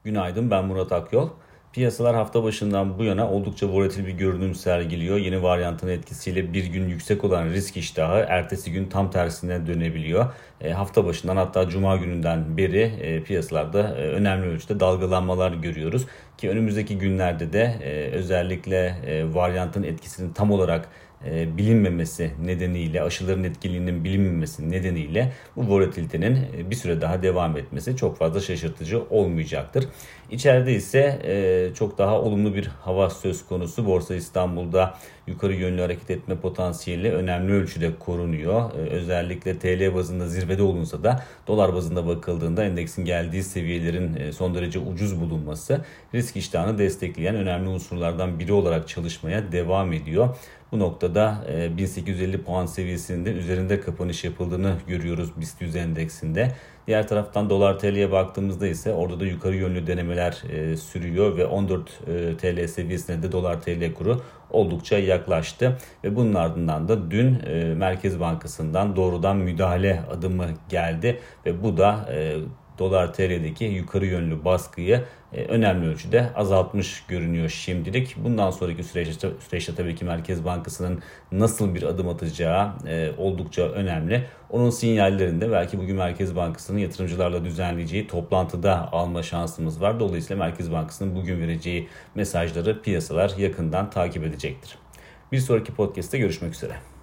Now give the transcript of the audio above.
Günaydın, ben Murat Akyol. Piyasalar hafta başından bu yana oldukça volatil bir görünüm sergiliyor. Yeni varyantın etkisiyle bir gün yüksek olan risk iştahı ertesi gün tam tersine dönebiliyor. Hafta başından hatta cuma gününden beri piyasalarda önemli ölçüde dalgalanmalar görüyoruz. Ki önümüzdeki günlerde de özellikle varyantın etkisinin tam olarak bilinmemesi nedeniyle, aşıların etkiliğinin bilinmemesi nedeniyle bu volatilitenin bir süre daha devam etmesi çok fazla şaşırtıcı olmayacaktır. İçeride ise çok daha olumlu bir hava söz konusu. Borsa İstanbul'da yukarı yönlü hareket etme potansiyeli önemli ölçüde korunuyor. Özellikle TL bazında zirvede olunsa da dolar bazında bakıldığında endeksin geldiği seviyelerin son derece ucuz bulunması risk iştahını destekleyen önemli unsurlardan biri olarak çalışmaya devam ediyor. Bu noktada 1850 puan seviyesinde üzerinde kapanış yapıldığını görüyoruz BIST 100 endeksinde. Diğer taraftan dolar TL'ye baktığımızda ise orada da yukarı yönlü denemeler sürüyor ve 14 TL seviyesine de dolar TL kuru oldukça yaklaştı. Ve bunun ardından da dün Merkez Bankası'ndan doğrudan müdahale adımı geldi ve bu da dolar TL'deki yukarı yönlü baskıyı önemli ölçüde azaltmış görünüyor şimdilik. Bundan sonraki süreçte tabii ki Merkez Bankası'nın nasıl bir adım atacağı oldukça önemli. Onun sinyallerinde belki bugün Merkez Bankası'nın yatırımcılarla düzenleyeceği toplantıda alma şansımız var. Dolayısıyla Merkez Bankası'nın bugün vereceği mesajları piyasalar yakından takip edecektir. Bir sonraki podcast'te görüşmek üzere.